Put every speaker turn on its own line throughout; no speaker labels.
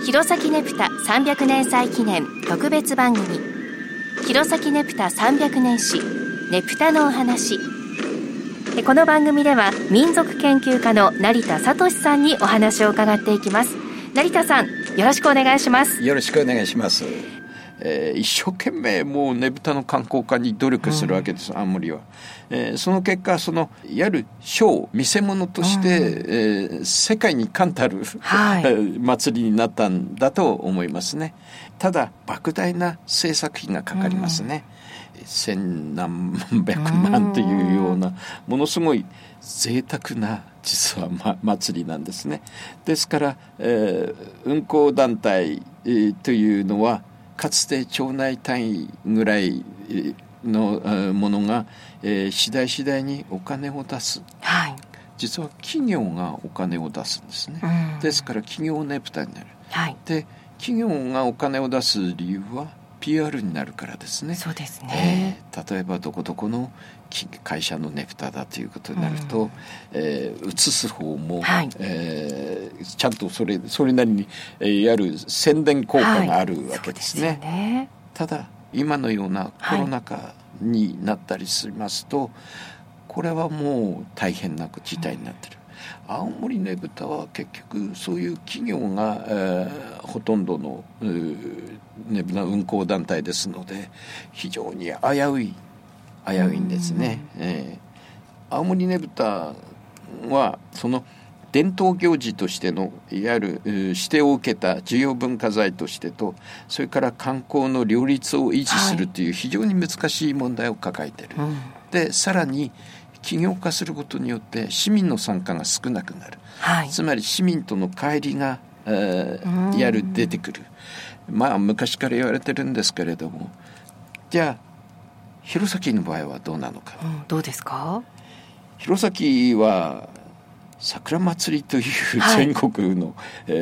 弘前ねぷた300年祭記念特別番組、弘前ねぷた300年史ねぷたのお話。この番組では民族研究家の成田聡さんにお話を伺っていきます。成田さん、よろしくお願いします。
よろしくお願いします。一生懸命もうねぶたの観光化に努力するわけです、青森は。その結果、いわゆるショー、見せ物として、世界に冠たる、祭りになったんだと思いますね。ただ莫大な制作費がかかりますね。千何百万というようなものすごい贅沢な実は、祭りなんですね。ですから、運行団体、というのはかつて町内単位ぐらいのものが、次第次第にお金を出す、実は企業がお金を出すんですね。ですから企業ねぷたになる、で企業がお金を出す理由は PR になるからですね。そうですね。例えばどこどこの会社のねぷただということになると、映す方も、ちゃんとそれなりに、やる宣伝効果があるわけですね。ただ今のようなコロナ禍になったりしますと、これはもう大変な事態になっている。青森ねぶたは結局そういう企業が、ほとんどのねぶた運行団体ですので、非常に危ういんですね。青森ねぶたはその伝統行事としてのいわゆる指定を受けた重要文化財としてと、それから観光の両立を維持するという非常に難しい問題を抱えている。でさらに企業化することによって市民の参加が少なくなる、つまり市民との乖離が、出てくる。昔から言われてるんですけれども、じゃあ弘前の場合はどうなのか、
どうですか。
弘前は桜祭りという全国の、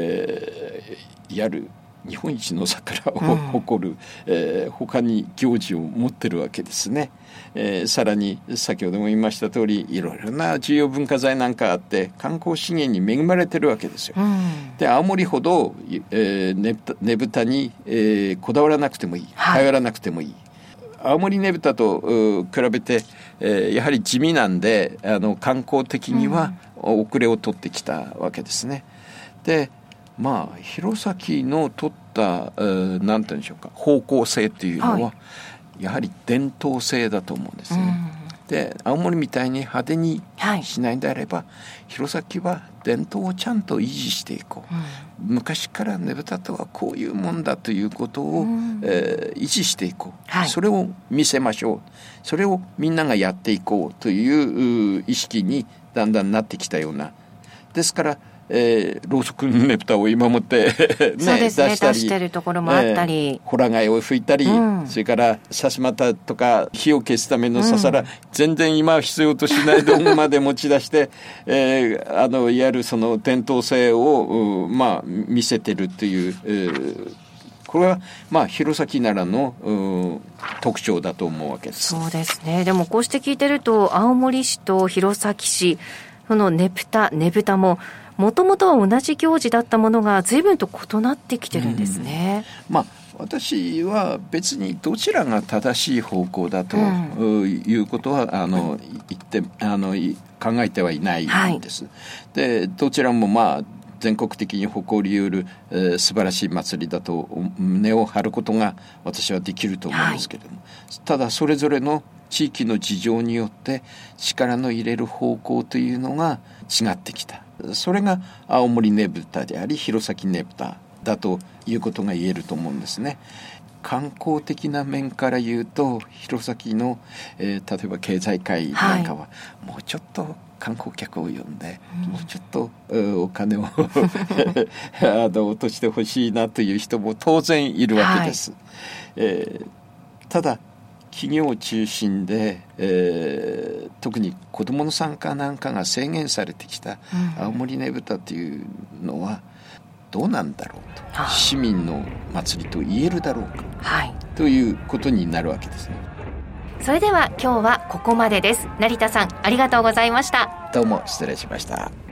日本一の桜を誇る、他に行事を持ってるわけですね。さらに先ほども言いました通り、いろいろな重要文化財なんかあって観光資源に恵まれてるわけですよ。で青森ほど、ねぶたに、こだわらなくてもいい、頼らなくてもいい。青森ねぶたと比べて、やはり地味なんで、観光的には遅れを取ってきたわけですね。で弘前の取ったなんていうんでしょうか、方向性というのは、やはり伝統性だと思うんですね。で青森みたいに派手にしないんであれば、弘前は伝統をちゃんと維持していこう、昔からねぶたとはこういうもんだということを、維持していこう、それを見せましょう、それをみんながやっていこうという意識にだんだんなってきたような。ですからろうそくねぶたを今もって出
してるところもあったり、
ホラ貝を吹いたり、それからさしまたとか火を消すためのささら、全然今は必要としない道具まで持ち出して、いわゆるその伝統性を、見せてるという、これは弘前ならの特徴だと思うわけです。
そうですね。でもこうして聞いてると、青森市と弘前市、そのねぶたももともとは同じ行事だったものが随分と異なってきてるんですね。
私は別にどちらが正しい方向だということは、考えてはいないんです。でどちらも全国的に誇り得る、素晴らしい祭りだと胸を張ることが私はできると思うんですけれども、ただそれぞれの地域の事情によって力の入れる方向というのが違ってきた。それが青森ねぶたであり弘前ねぶただということが言えると思うんですね。観光的な面から言うと弘前の、例えば経済界なんかは、もうちょっと観光客を呼んで、もうちょっとお金を落としてほしいなという人も当然いるわけです。ただ企業中心で、特に子どもの参加なんかが制限されてきた青森ねぶたというのはどうなんだろうと、市民の祭りと言えるだろうか、ということになるわけですね。
それでは今日はここまでです。成田さん、ありがとうございました。
どうも失礼しました。